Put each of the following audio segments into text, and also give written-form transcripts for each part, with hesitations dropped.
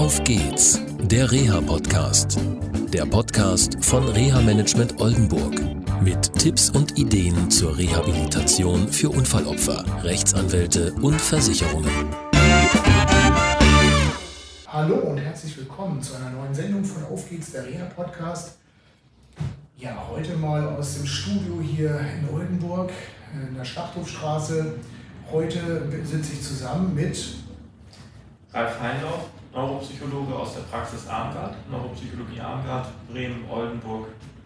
Auf geht's, der Reha-Podcast. Der Podcast von Reha-Management Oldenburg. Mit Tipps und Ideen zur Rehabilitation für Unfallopfer, Rechtsanwälte und Versicherungen. Hallo und herzlich willkommen zu einer neuen Sendung von Auf geht's, der Reha-Podcast. Ja, heute mal aus dem Studio hier in Oldenburg, in der Schlachthofstraße. Heute sitze ich zusammen mit Ralf Heindorf, Neuropsychologe aus der Praxis Armgard, Neuropsychologie Armgard, Bremen, Oldenburg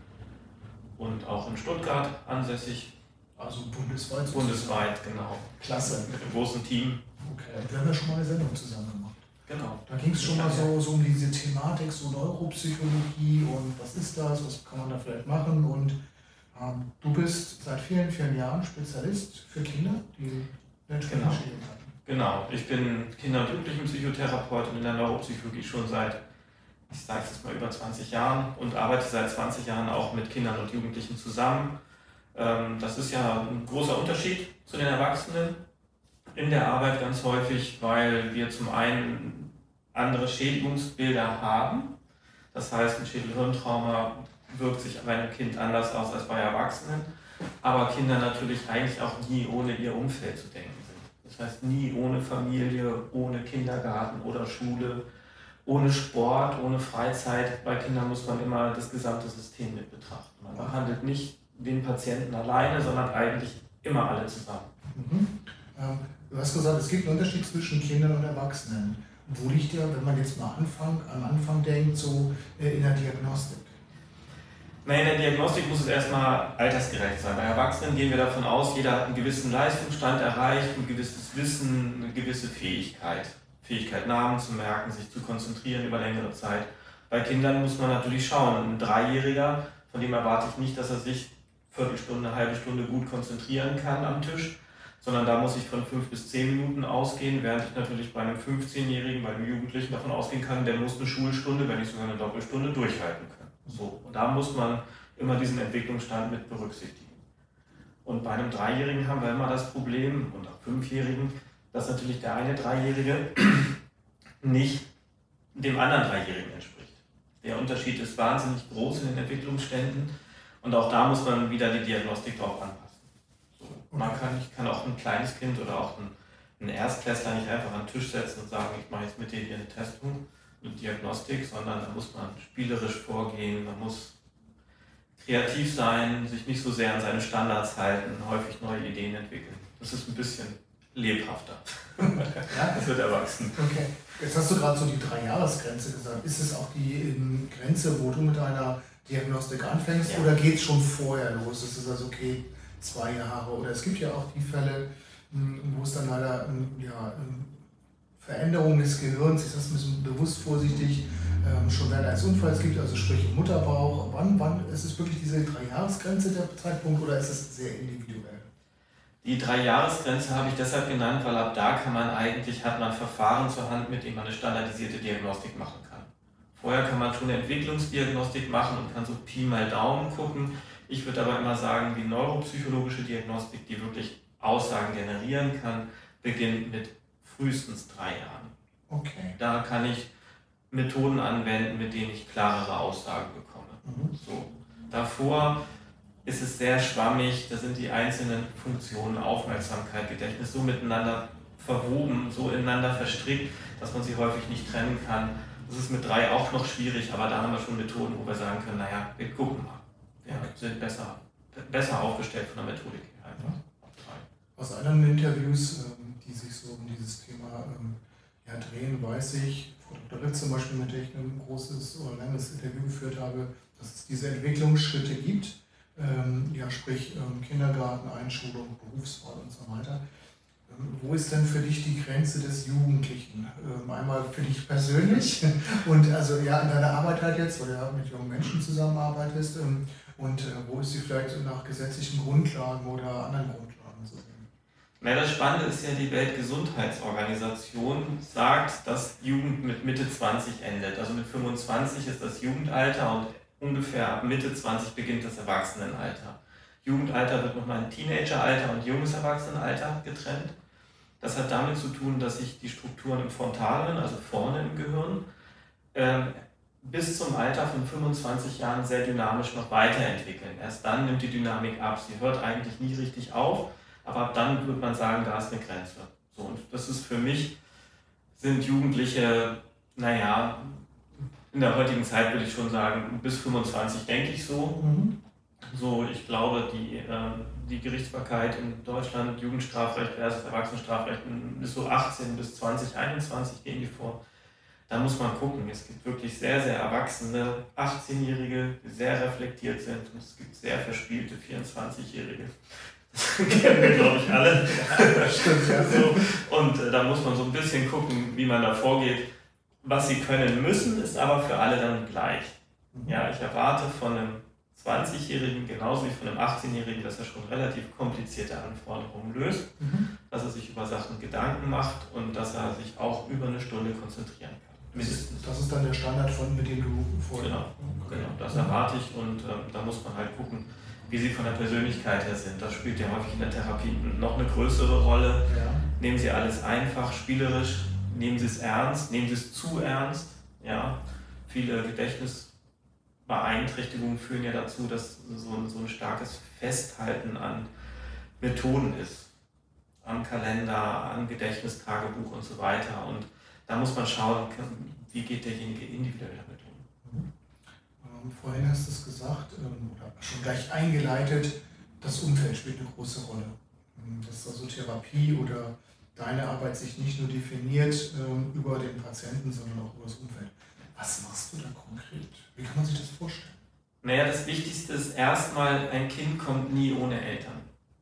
und auch in Stuttgart ansässig. Also bundesweit? Bundesweit, genau. Klasse. Mit einem großen Team. Okay, und wir haben ja schon mal eine Sendung zusammen gemacht. Genau. Da ging es schon mal so um diese Thematik, so Neuropsychologie und was ist das, was kann man da vielleicht machen. Und du bist seit vielen, vielen Jahren Spezialist für Kinder, die Schäden hatten. Genau, ich bin Kinder- und Jugendlichenpsychotherapeut und in der Neuropsychologie schon seit, ich sage es jetzt mal, über 20 Jahren und arbeite seit 20 Jahren auch mit Kindern und Jugendlichen zusammen. Das ist ja ein großer Unterschied zu den Erwachsenen in der Arbeit ganz häufig, weil wir zum einen andere Schädigungsbilder haben. Das heißt, ein Schädel-Hirntrauma wirkt sich bei einem Kind anders aus als bei Erwachsenen, aber Kinder natürlich eigentlich auch nie ohne ihr Umfeld zu denken sind. Das heißt, nie ohne Familie, ohne Kindergarten oder Schule, ohne Sport, ohne Freizeit. Bei Kindern muss man immer das gesamte System mit betrachten. Man behandelt nicht den Patienten alleine, sondern eigentlich immer alle zusammen. Du hast gesagt, es gibt einen Unterschied zwischen Kindern und Erwachsenen. Wo liegt der, wenn man jetzt mal am Anfang denkt, so in der Diagnostik? In der Diagnostik muss es erstmal altersgerecht sein. Bei Erwachsenen gehen wir davon aus, jeder hat einen gewissen Leistungsstand erreicht, ein gewisses Wissen, eine gewisse Fähigkeit. Fähigkeit, Namen zu merken, sich zu konzentrieren über längere Zeit. Bei Kindern muss man natürlich schauen. Ein Dreijähriger, von dem erwarte ich nicht, dass er sich Viertelstunde, eine halbe Stunde gut konzentrieren kann am Tisch, sondern da muss ich von 5 bis 10 Minuten ausgehen, während ich natürlich bei einem 15-Jährigen, bei einem Jugendlichen davon ausgehen kann, der muss eine Schulstunde, wenn nicht sogar eine Doppelstunde durchhalten können. So, und da muss man immer diesen Entwicklungsstand mit berücksichtigen. Und bei einem Dreijährigen haben wir immer das Problem, und auch Fünfjährigen, dass natürlich der eine Dreijährige nicht dem anderen Dreijährigen entspricht. Der Unterschied ist wahnsinnig groß in den Entwicklungsständen und auch da muss man wieder die Diagnostik drauf anpassen. So, ich kann auch ein kleines Kind oder auch einen Erstklässler nicht einfach an den Tisch setzen und sagen, ich mache jetzt mit dir hier eine Testung, eine Diagnostik, sondern da muss man spielerisch vorgehen, man muss kreativ sein, sich nicht so sehr an seine Standards halten, häufig neue Ideen entwickeln. Das ist ein bisschen lebhafter. Das wird erwachsen. Okay. Jetzt hast du gerade so die 3-Jahres-Grenze gesagt. Ist es auch die Grenze, wo du mit einer Diagnostik anfängst, oder geht es schon vorher los? Ist es also okay, 2 Jahre? Oder es gibt ja auch die Fälle, wo es dann leider Veränderungen des Gehirns, ich sage es ein bisschen bewusst vorsichtig, schon während eines Unfalls gibt, also sprich im Mutterbauch. Wann ist es wirklich diese 3-Jahres-Grenze der Zeitpunkt oder ist es sehr individuell? Die 3-Jahres-Grenze habe ich deshalb genannt, weil ab da hat man Verfahren zur Hand, mit denen man eine standardisierte Diagnostik machen kann. Vorher kann man schon eine Entwicklungsdiagnostik machen und kann so Pi mal Daumen gucken. Ich würde aber immer sagen, die neuropsychologische Diagnostik, die wirklich Aussagen generieren kann, beginnt mit frühestens 3 Jahren. Okay. Da kann ich Methoden anwenden, mit denen ich klarere Aussagen bekomme. So. Davor ist es sehr schwammig, da sind die einzelnen Funktionen, Aufmerksamkeit, Gedächtnis so miteinander verwoben, so ineinander verstrickt, dass man sie häufig nicht trennen kann. Das ist mit 3 auch noch schwierig, aber da haben wir schon Methoden, wo wir sagen können, naja, wir gucken mal. Wir sind besser aufgestellt von der Methodik her. Einfach. Aus anderen Interviews, die sich so um dieses Thema drehen, weiß ich, Frau Dr. Ritz zum Beispiel, mit der ich ein großes oder langes Interview geführt habe, dass es diese Entwicklungsschritte gibt, sprich Kindergarten, Einschulung, Berufswahl und so weiter. Wo ist denn für dich die Grenze des Jugendlichen? Einmal für dich persönlich und also in deiner Arbeit halt jetzt, weil du ja mit jungen Menschen zusammenarbeitest, und wo ist sie vielleicht nach gesetzlichen Grundlagen oder anderen Grundlagen zu sehen? Das Spannende ist ja, die Weltgesundheitsorganisation sagt, dass Jugend mit Mitte 20 endet. Also mit 25 ist das Jugendalter und ungefähr ab Mitte 20 beginnt das Erwachsenenalter. Jugendalter wird nochmal in Teenageralter und junges Erwachsenenalter getrennt. Das hat damit zu tun, dass sich die Strukturen im Frontalen, also vorne im Gehirn, bis zum Alter von 25 Jahren sehr dynamisch noch weiterentwickeln. Erst dann nimmt die Dynamik ab. Sie hört eigentlich nie richtig auf, aber ab dann würde man sagen, da ist eine Grenze. So, und das ist für mich, sind Jugendliche, in der heutigen Zeit würde ich schon sagen, bis 25 denke ich so. So, ich glaube, die Gerichtsbarkeit in Deutschland, Jugendstrafrecht versus Erwachsenenstrafrecht, bis so 18 bis 2021 gehen die vor. Da muss man gucken. Es gibt wirklich sehr, sehr erwachsene 18-Jährige, die sehr reflektiert sind, und es gibt sehr verspielte 24-Jährige. Das kennen wir, glaube ich, alle. Ja, stimmt, ja. So, und da muss man so ein bisschen gucken, wie man da vorgeht. Was sie können müssen, ist aber für alle dann gleich. Ja, ich erwarte von einem 20-Jährigen genauso wie von einem 18-Jährigen, dass er schon relativ komplizierte Anforderungen löst, dass er sich über Sachen Gedanken macht und dass er sich auch über eine Stunde konzentrieren kann. Mindestens. Das ist dann der Standard, mit dem du vorher... Genau, das erwarte ich, und da muss man halt gucken, wie sie von der Persönlichkeit her sind. Das spielt ja häufig in der Therapie noch eine größere Rolle. Ja. Nehmen Sie alles einfach, spielerisch, nehmen Sie es ernst, nehmen Sie es zu ernst. Ja. Viele Gedächtnisbeeinträchtigungen führen ja dazu, dass so ein starkes Festhalten an Methoden ist. Am Kalender, am Gedächtnistagebuch und so weiter. Und da muss man schauen, wie geht derjenige individuell damit um. Vorhin hast du es gesagt, oder schon gleich eingeleitet, das Umfeld spielt eine große Rolle. Dass also Therapie oder deine Arbeit sich nicht nur definiert über den Patienten, sondern auch über das Umfeld. Was machst du da konkret? Wie kann man sich das vorstellen? Das Wichtigste ist erstmal, ein Kind kommt nie ohne Eltern.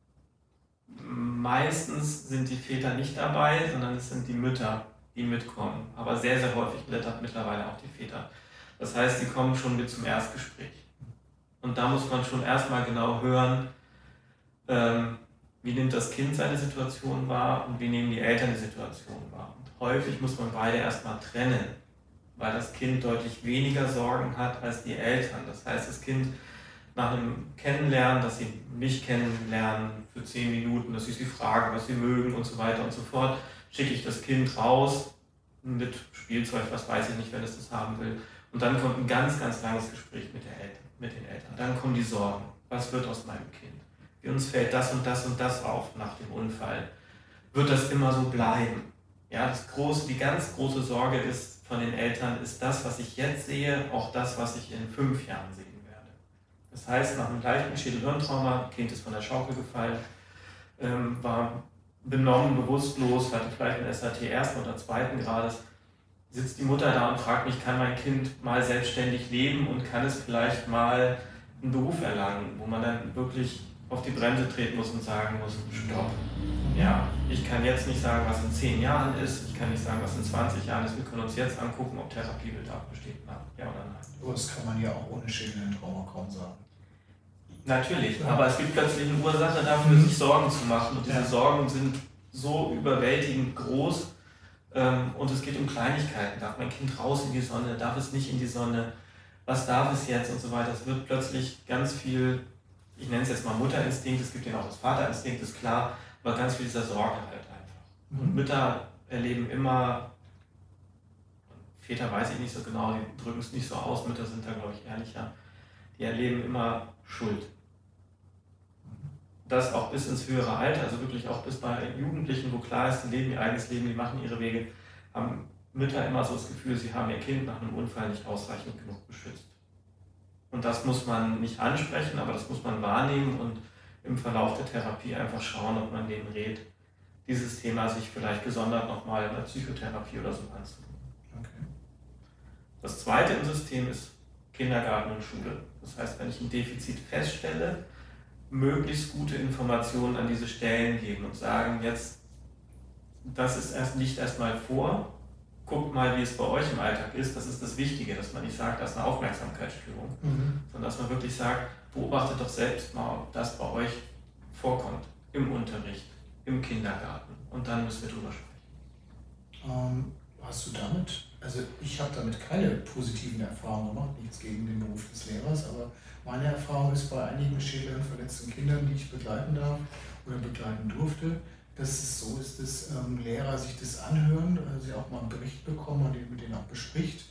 Meistens sind die Väter nicht dabei, sondern es sind die Mütter, die mitkommen. Aber sehr, sehr häufig mittlerweile auch die Väter. Das heißt, sie kommen schon mit zum Erstgespräch. Und da muss man schon erstmal genau hören, wie nimmt das Kind seine Situation wahr und wie nehmen die Eltern die Situation wahr. Und häufig muss man beide erstmal trennen, weil das Kind deutlich weniger Sorgen hat als die Eltern. Das heißt, das Kind nach einem Kennenlernen, dass sie mich kennenlernen für 10 Minuten, dass ich sie frage, was sie mögen und so weiter und so fort, schicke ich das Kind raus mit Spielzeug, was weiß ich nicht, wenn es das haben will. Und dann kommt ein ganz, ganz langes Gespräch mit den Eltern. Dann kommen die Sorgen. Was wird aus meinem Kind? Wie uns fällt das und das und das auf nach dem Unfall. Wird das immer so bleiben? Ja, die ganz große Sorge ist von den Eltern, ist das, was ich jetzt sehe, auch das, was ich in 5 Jahren sehen werde. Das heißt, nach einem leichten Schädel-Hirntrauma, Kind ist von der Schaukel gefallen, war benommen, bewusstlos, hatte vielleicht ein SAT ersten oder zweiten Grades, sitzt die Mutter da und fragt mich, kann mein Kind mal selbstständig leben und kann es vielleicht mal einen Beruf erlangen, wo man dann wirklich auf die Bremse treten muss und sagen muss, stopp. Ja, ich kann jetzt nicht sagen, was in 10 Jahren ist, ich kann nicht sagen, was in 20 Jahren ist, wir können uns jetzt angucken, ob Therapiebedarf besteht. Ja oder nein. Aber das kann man ja auch ohne Schädelhirntrauma kaum sagen. Natürlich, aber es gibt plötzlich eine Ursache dafür, sich Sorgen zu machen, und diese Sorgen sind so überwältigend groß, und es geht um Kleinigkeiten. Darf mein Kind raus in die Sonne, darf es nicht in die Sonne, was darf es jetzt und so weiter. Es wird plötzlich ganz viel, ich nenne es jetzt mal Mutterinstinkt, es gibt ja auch das Vaterinstinkt, ist klar, aber ganz viel dieser Sorge halt einfach. Und Mütter erleben immer, Väter weiß ich nicht so genau, die drücken es nicht so aus, Mütter sind da, glaube ich, ehrlicher, die erleben immer Schuld. Das auch bis ins höhere Alter, also wirklich auch bis bei Jugendlichen, wo klar ist, die leben ihr eigenes Leben, die machen ihre Wege, haben Mütter immer so das Gefühl, sie haben ihr Kind nach einem Unfall nicht ausreichend genug beschützt. Und das muss man nicht ansprechen, aber das muss man wahrnehmen und im Verlauf der Therapie einfach schauen, ob man denen rät, dieses Thema sich vielleicht gesondert nochmal in der Psychotherapie oder so anzunehmen. Okay. Das zweite im System ist Kindergarten und Schule. Das heißt, wenn ich ein Defizit feststelle, möglichst gute Informationen an diese Stellen geben und sagen, jetzt, das ist nicht erstmal vor, guckt mal, wie es bei euch im Alltag ist, das ist das Wichtige, dass man nicht sagt, das ist eine Aufmerksamkeitsstörung, sondern dass man wirklich sagt, beobachtet doch selbst mal, ob das bei euch vorkommt, im Unterricht, im Kindergarten, und dann müssen wir drüber sprechen. Hast du damit, also ich habe damit keine positiven Erfahrungen gemacht, nichts gegen den Beruf des Lehrers, aber meine Erfahrung ist bei einigen schädelhirnverletzten Kindern, die ich begleiten darf oder begleiten durfte, dass es so ist, dass Lehrer sich das anhören, sie auch mal einen Bericht bekommen und den mit denen auch bespricht,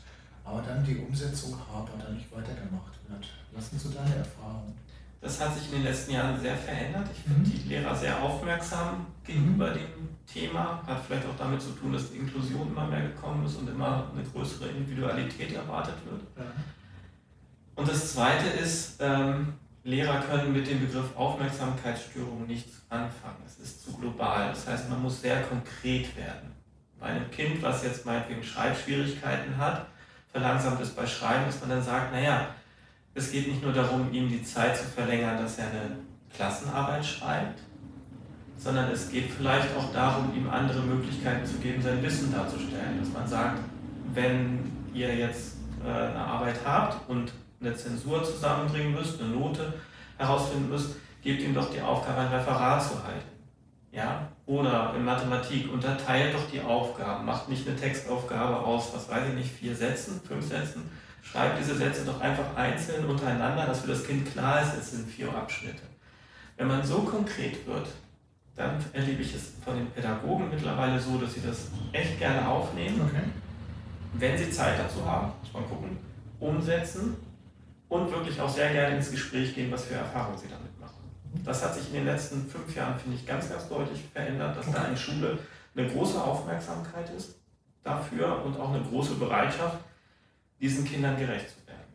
aber dann die Umsetzung hapert, dann nicht weitergemacht wird. Was sind so deine Erfahrungen? Das hat sich in den letzten Jahren sehr verändert. Ich finde die Lehrer sehr aufmerksam gegenüber dem Thema. Hat vielleicht auch damit zu tun, dass die Inklusion immer mehr gekommen ist und immer eine größere Individualität erwartet wird. Ja. Und das Zweite ist, Lehrer können mit dem Begriff Aufmerksamkeitsstörung nichts anfangen. Es ist zu global. Das heißt, man muss sehr konkret werden. Bei einem Kind, was jetzt meinetwegen Schreibschwierigkeiten hat, verlangsamt es bei Schreiben, dass man dann sagt, naja, es geht nicht nur darum, ihm die Zeit zu verlängern, dass er eine Klassenarbeit schreibt, sondern es geht vielleicht auch darum, ihm andere Möglichkeiten zu geben, sein Wissen darzustellen. Dass man sagt, wenn ihr jetzt eine Arbeit habt und eine Zensur zusammenbringen müsst, eine Note herausfinden müsst, gebt ihm doch die Aufgabe, ein Referat zu halten. Ja? Oder in Mathematik, unterteilt doch die Aufgaben, macht nicht eine Textaufgabe aus, 4 Sätzen, 5 Sätzen, schreibt diese Sätze doch einfach einzeln untereinander, dass für das Kind klar ist, es sind 4 Abschnitte. Wenn man so konkret wird, dann erlebe ich es von den Pädagogen mittlerweile so, dass sie das echt gerne aufnehmen. Okay. Wenn sie Zeit dazu haben, muss man gucken, umsetzen und wirklich auch sehr gerne ins Gespräch gehen, was für Erfahrungen sie damit machen. Das hat sich in den letzten 5 Jahren, finde ich, ganz, ganz deutlich verändert, dass da in Schule eine große Aufmerksamkeit ist dafür und auch eine große Bereitschaft, diesen Kindern gerecht zu werden.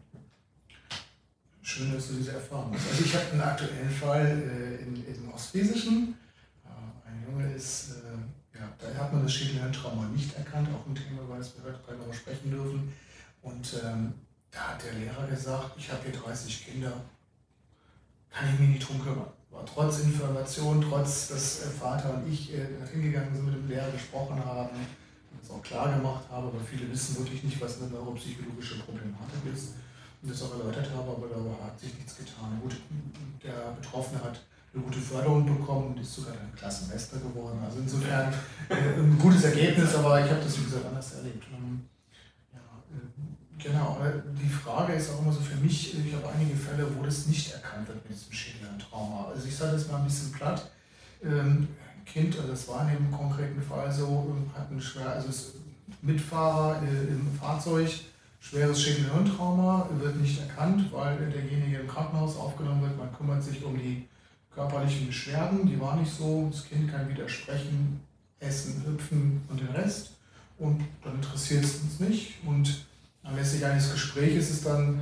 Schön, dass du diese Erfahrung hast. Also ich habe einen aktuellen Fall im Ostfriesischen. Ein Junge ist, da hat man das Schädel-Hirn-Trauma nicht erkannt, auch ein Thema, über das wir heute darüber sprechen dürfen. Und da hat der Lehrer gesagt, ich habe hier 30 Kinder, kann ich mich nicht drum kümmern. Aber trotz Information, trotz dass Vater und ich hingegangen sind, mit dem Lehrer gesprochen haben, das auch klar gemacht habe, aber viele wissen wirklich nicht, was eine neuropsychologische Problematik ist und das auch erläutert habe, aber da hat sich nichts getan. Gut, der Betroffene hat eine gute Förderung bekommen und ist sogar dann Klassenmeister geworden. Also insofern ein gutes Ergebnis, aber ich habe das, wie gesagt, anders erlebt. Genau, die Frage ist auch immer so für mich, ich habe einige Fälle, wo das nicht erkannt wird mit diesem Schädel-Hirn-Trauma. Also ich sage das mal ein bisschen platt. Kind, also das war in dem konkreten Fall so, hat ein Mitfahrer im Fahrzeug, schweres Schädel-Hirn-Trauma, wird nicht erkannt, weil derjenige im Krankenhaus aufgenommen wird. Man kümmert sich um die körperlichen Beschwerden, die waren nicht so, das Kind kann wieder sprechen, essen, hüpfen und den Rest. Und dann interessiert es uns nicht. Und anlässlich eines Gesprächs ist dann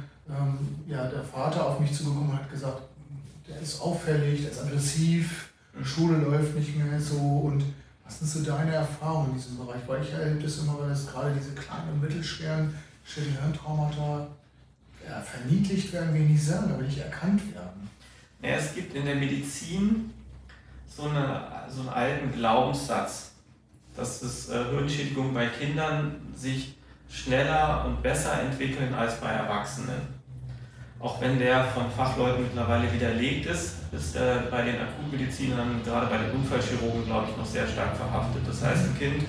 der Vater auf mich zugekommen und hat gesagt, der ist auffällig, der ist aggressiv, Schule läuft nicht mehr so. Und was sind so deine Erfahrungen in diesem Bereich? Weil ich erlebe das immer, weil das gerade diese kleinen und mittelschweren Schädel-Hirn-Traumata verniedlicht werden, will ich nicht sagen, aber nicht erkannt werden. Ja, es gibt in der Medizin so einen alten Glaubenssatz, dass Hirnschädigungen bei Kindern sich schneller und besser entwickeln als bei Erwachsenen. Auch wenn der von Fachleuten mittlerweile widerlegt ist er bei den Akutmedizinern, gerade bei den Unfallchirurgen, glaube ich, noch sehr stark verhaftet. Das heißt, ein Kind,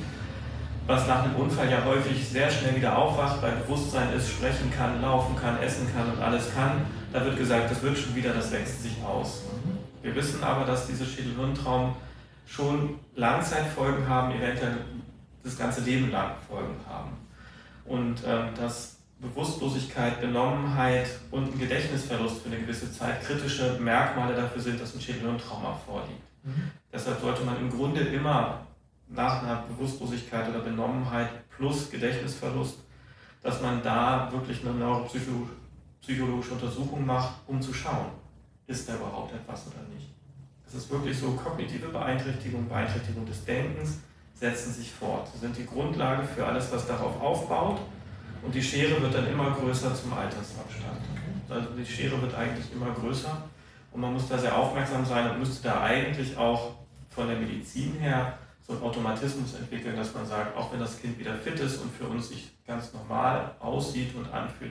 was nach einem Unfall ja häufig sehr schnell wieder aufwacht, bei Bewusstsein ist, sprechen kann, laufen kann, essen kann und alles kann, da wird gesagt, das wird schon wieder, das wächst sich aus. Wir wissen aber, dass diese Schädel-Hirn-Traumen schon Langzeitfolgen haben, eventuell das ganze Leben lang Folgen haben. Und dass Bewusstlosigkeit, Benommenheit und ein Gedächtnisverlust für eine gewisse Zeit kritische Merkmale dafür sind, dass ein Schädel-Hirn-Trauma vorliegt. Deshalb sollte man im Grunde immer nach einer Bewusstlosigkeit oder Benommenheit plus Gedächtnisverlust, dass man da wirklich eine neuropsychologische Untersuchung macht, um zu schauen, ist da überhaupt etwas oder nicht. Es ist wirklich so, kognitive Beeinträchtigung des Denkens setzen sich fort. Sie sind die Grundlage für alles, was darauf aufbaut. Und die Schere wird dann immer größer zum Altersabstand. Also die Schere wird eigentlich immer größer und man muss da sehr aufmerksam sein und müsste da eigentlich auch von der Medizin her so einen Automatismus entwickeln, dass man sagt, auch wenn das Kind wieder fit ist und für uns sich ganz normal aussieht und anfühlt,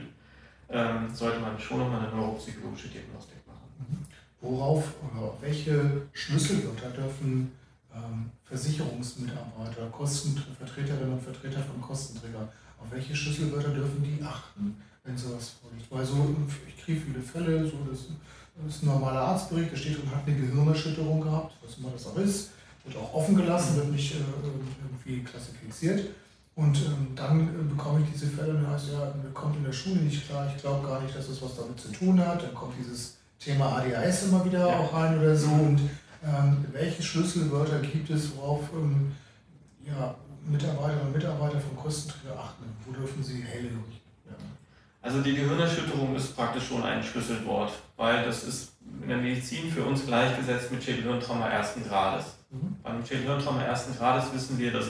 sollte man schon nochmal eine neuropsychologische Diagnostik machen. Worauf oder welche Schlüsselwörter dürfen Versicherungsmitarbeiter, Vertreterinnen und Vertreter von Kostenträgern, auf welche Schlüsselwörter dürfen die achten, wenn sowas vorliegt? Weil ich kriege viele Fälle, das ist ein normaler Arztbericht, der steht und hat eine Gehirnerschütterung gehabt, was immer das auch ist, wird auch offen gelassen, wird nicht irgendwie klassifiziert. Und dann bekomme ich diese Fälle und heißt, ja, mir kommt in der Schule nicht klar, ich glaube gar nicht, dass es was damit zu tun hat. Dann kommt dieses Thema ADHS immer wieder auch rein oder so. Und welche Schlüsselwörter gibt es, worauf Mitarbeiterinnen und Mitarbeiter vom Kostenträger achten? Wo dürfen sie hellhörig werden? Also die Gehirnerschütterung ist praktisch schon ein Schlüsselwort, weil das ist in der Medizin für uns gleichgesetzt mit Schädelhirntrauma ersten Grades. Beim Schädelhirntrauma ersten Grades wissen wir, dass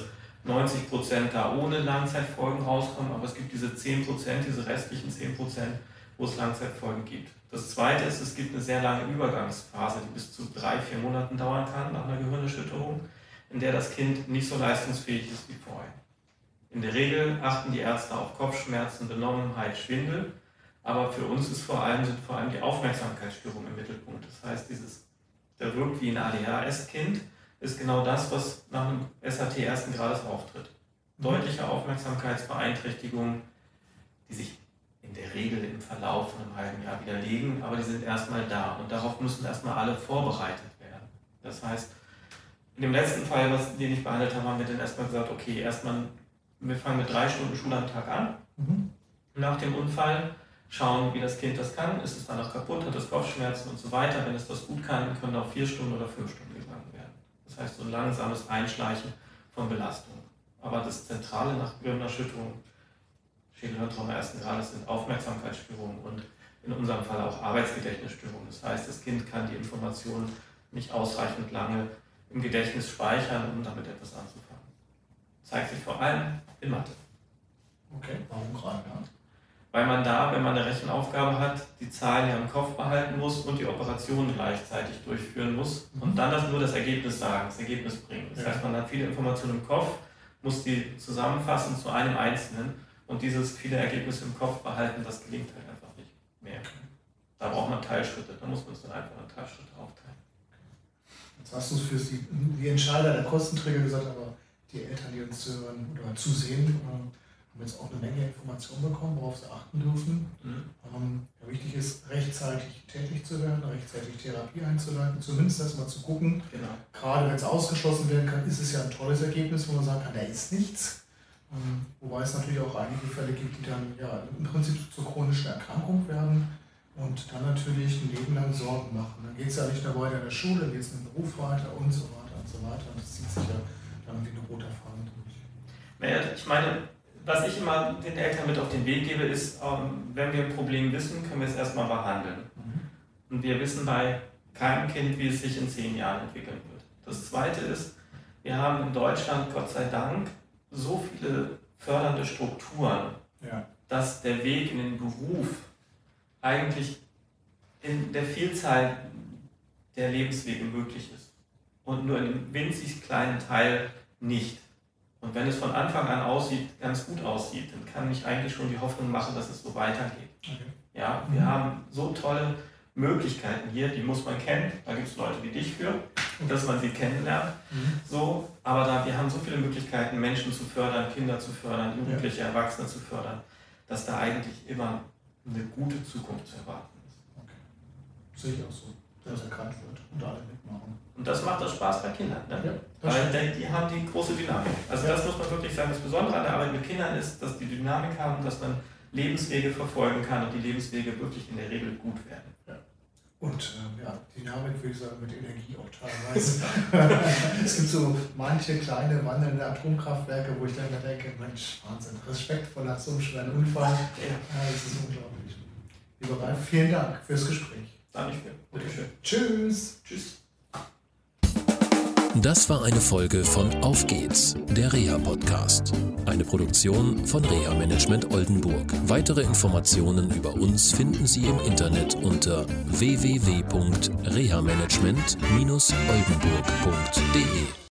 90% da ohne Langzeitfolgen rauskommen, aber es gibt diese 10%, diese restlichen 10%, wo es Langzeitfolgen gibt. Das Zweite ist, es gibt eine sehr lange Übergangsphase, die bis zu 3-4 Monaten dauern kann nach einer Gehirnerschütterung, in der das Kind nicht so leistungsfähig ist wie vorher. In der Regel achten die Ärzte auf Kopfschmerzen, Benommenheit, Schwindel, aber für uns sind vor allem die Aufmerksamkeitsstörungen im Mittelpunkt. Das heißt, der wirkt wie ein ADHS-Kind, ist genau das, was nach einem SAT ersten Grades auftritt. Deutliche Aufmerksamkeitsbeeinträchtigungen, die sich in der Regel im Verlauf von einem halben Jahr widerlegen, aber die sind erstmal da und darauf müssen erstmal alle vorbereitet werden. Das heißt, in dem letzten Fall, den ich behandelt habe, haben wir dann erstmal gesagt, okay, wir fangen mit 3 Stunden Schule am Tag an. Nach dem Unfall schauen, wie das Kind das kann. Ist es danach kaputt, hat es Kopfschmerzen und so weiter. Wenn es das gut kann, können auch 4 Stunden oder 5 Stunden gegangen werden. Das heißt, so ein langsames Einschleichen von Belastung. Aber das Zentrale nach Gehirnerschütterung, Schädelhirntrauma ersten Grades, sind Aufmerksamkeitsstörungen und in unserem Fall auch Arbeitsgedächtnisstörungen. Das heißt, das Kind kann die Informationen nicht ausreichend lange im Gedächtnis speichern, um damit etwas anzufangen. Zeigt sich vor allem in Mathe. Okay, warum gerade? Weil man da, wenn man eine Rechenaufgabe hat, die Zahlen ja im Kopf behalten muss und die Operationen gleichzeitig durchführen muss und dann nur das Ergebnis sagen, das Ergebnis bringen. Das heißt, man hat viele Informationen im Kopf, muss die zusammenfassen zu einem Einzelnen und dieses viele Ergebnisse im Kopf behalten, das gelingt halt einfach nicht mehr. Da braucht man Teilschritte, da muss man es dann einfach in Teilschritte aufteilen. Jetzt hast du es für die Entscheider der Kostenträger gesagt, aber die Eltern, die uns zuhören oder zusehen, haben jetzt auch eine Menge Informationen bekommen, worauf sie achten dürfen. Wichtig ist, rechtzeitig tätig zu werden, rechtzeitig Therapie einzuleiten, zumindest erstmal zu gucken. Genau. Gerade wenn es ausgeschlossen werden kann, ist es ja ein tolles Ergebnis, wo man sagen kann, da ist nichts. Wobei es natürlich auch einige Fälle gibt, die dann im Prinzip zur chronischen Erkrankung werden und dann natürlich ein Leben lang Sorgen machen. Dann geht es ja nicht nur weiter in der Schule, dann geht es im Beruf weiter und so weiter und so weiter. Und das zieht sich ja dann wie ein roter Faden durch. Naja, ich meine, was ich immer den Eltern mit auf den Weg gebe, ist, wenn wir ein Problem wissen, können wir es erstmal behandeln. Und wir wissen bei keinem Kind, wie es sich in 10 Jahren entwickeln wird. Das Zweite ist, wir haben in Deutschland, Gott sei Dank, so viele fördernde Strukturen, dass der Weg in den Beruf eigentlich in der Vielzahl der Lebenswege möglich ist. Und nur in einem winzig kleinen Teil nicht. Und wenn es von Anfang an ganz gut aussieht, dann kann ich eigentlich schon die Hoffnung machen, dass es so weitergeht. Okay. Ja, wir haben so tolle Möglichkeiten hier, die muss man kennen. Da gibt es Leute wie dich für, dass man sie kennenlernt. So, aber wir haben so viele Möglichkeiten, Menschen zu fördern, Kinder zu fördern, Jugendliche, Erwachsene zu fördern, dass da eigentlich immer eine gute Zukunft zu erwarten ist. Okay. Sehe ich auch so, dass erkannt wird und alle mitmachen. Und das macht das Spaß bei Kindern, ne? Ja, weil die haben die große Dynamik. Also das muss man wirklich sagen, das Besondere an der Arbeit mit Kindern ist, dass die Dynamik haben, dass man Lebenswege verfolgen kann und die Lebenswege wirklich in der Regel gut werden. Ja. Und Dynamik würde ich sagen mit Energie auch teilweise. Es gibt so manche kleine wandelnde Atomkraftwerke, wo ich dann denke, Mensch, Wahnsinn, Respekt nach so einem schweren Unfall. Das ist unglaublich. Lieber Ralf, vielen Dank fürs Gespräch. Danke schön. Bitteschön. Tschüss. Tschüss. Das war eine Folge von Auf geht's, der Reha-Podcast. Eine Produktion von Reha Management Oldenburg. Weitere Informationen über uns finden Sie im Internet unter www.rehamanagement-oldenburg.de.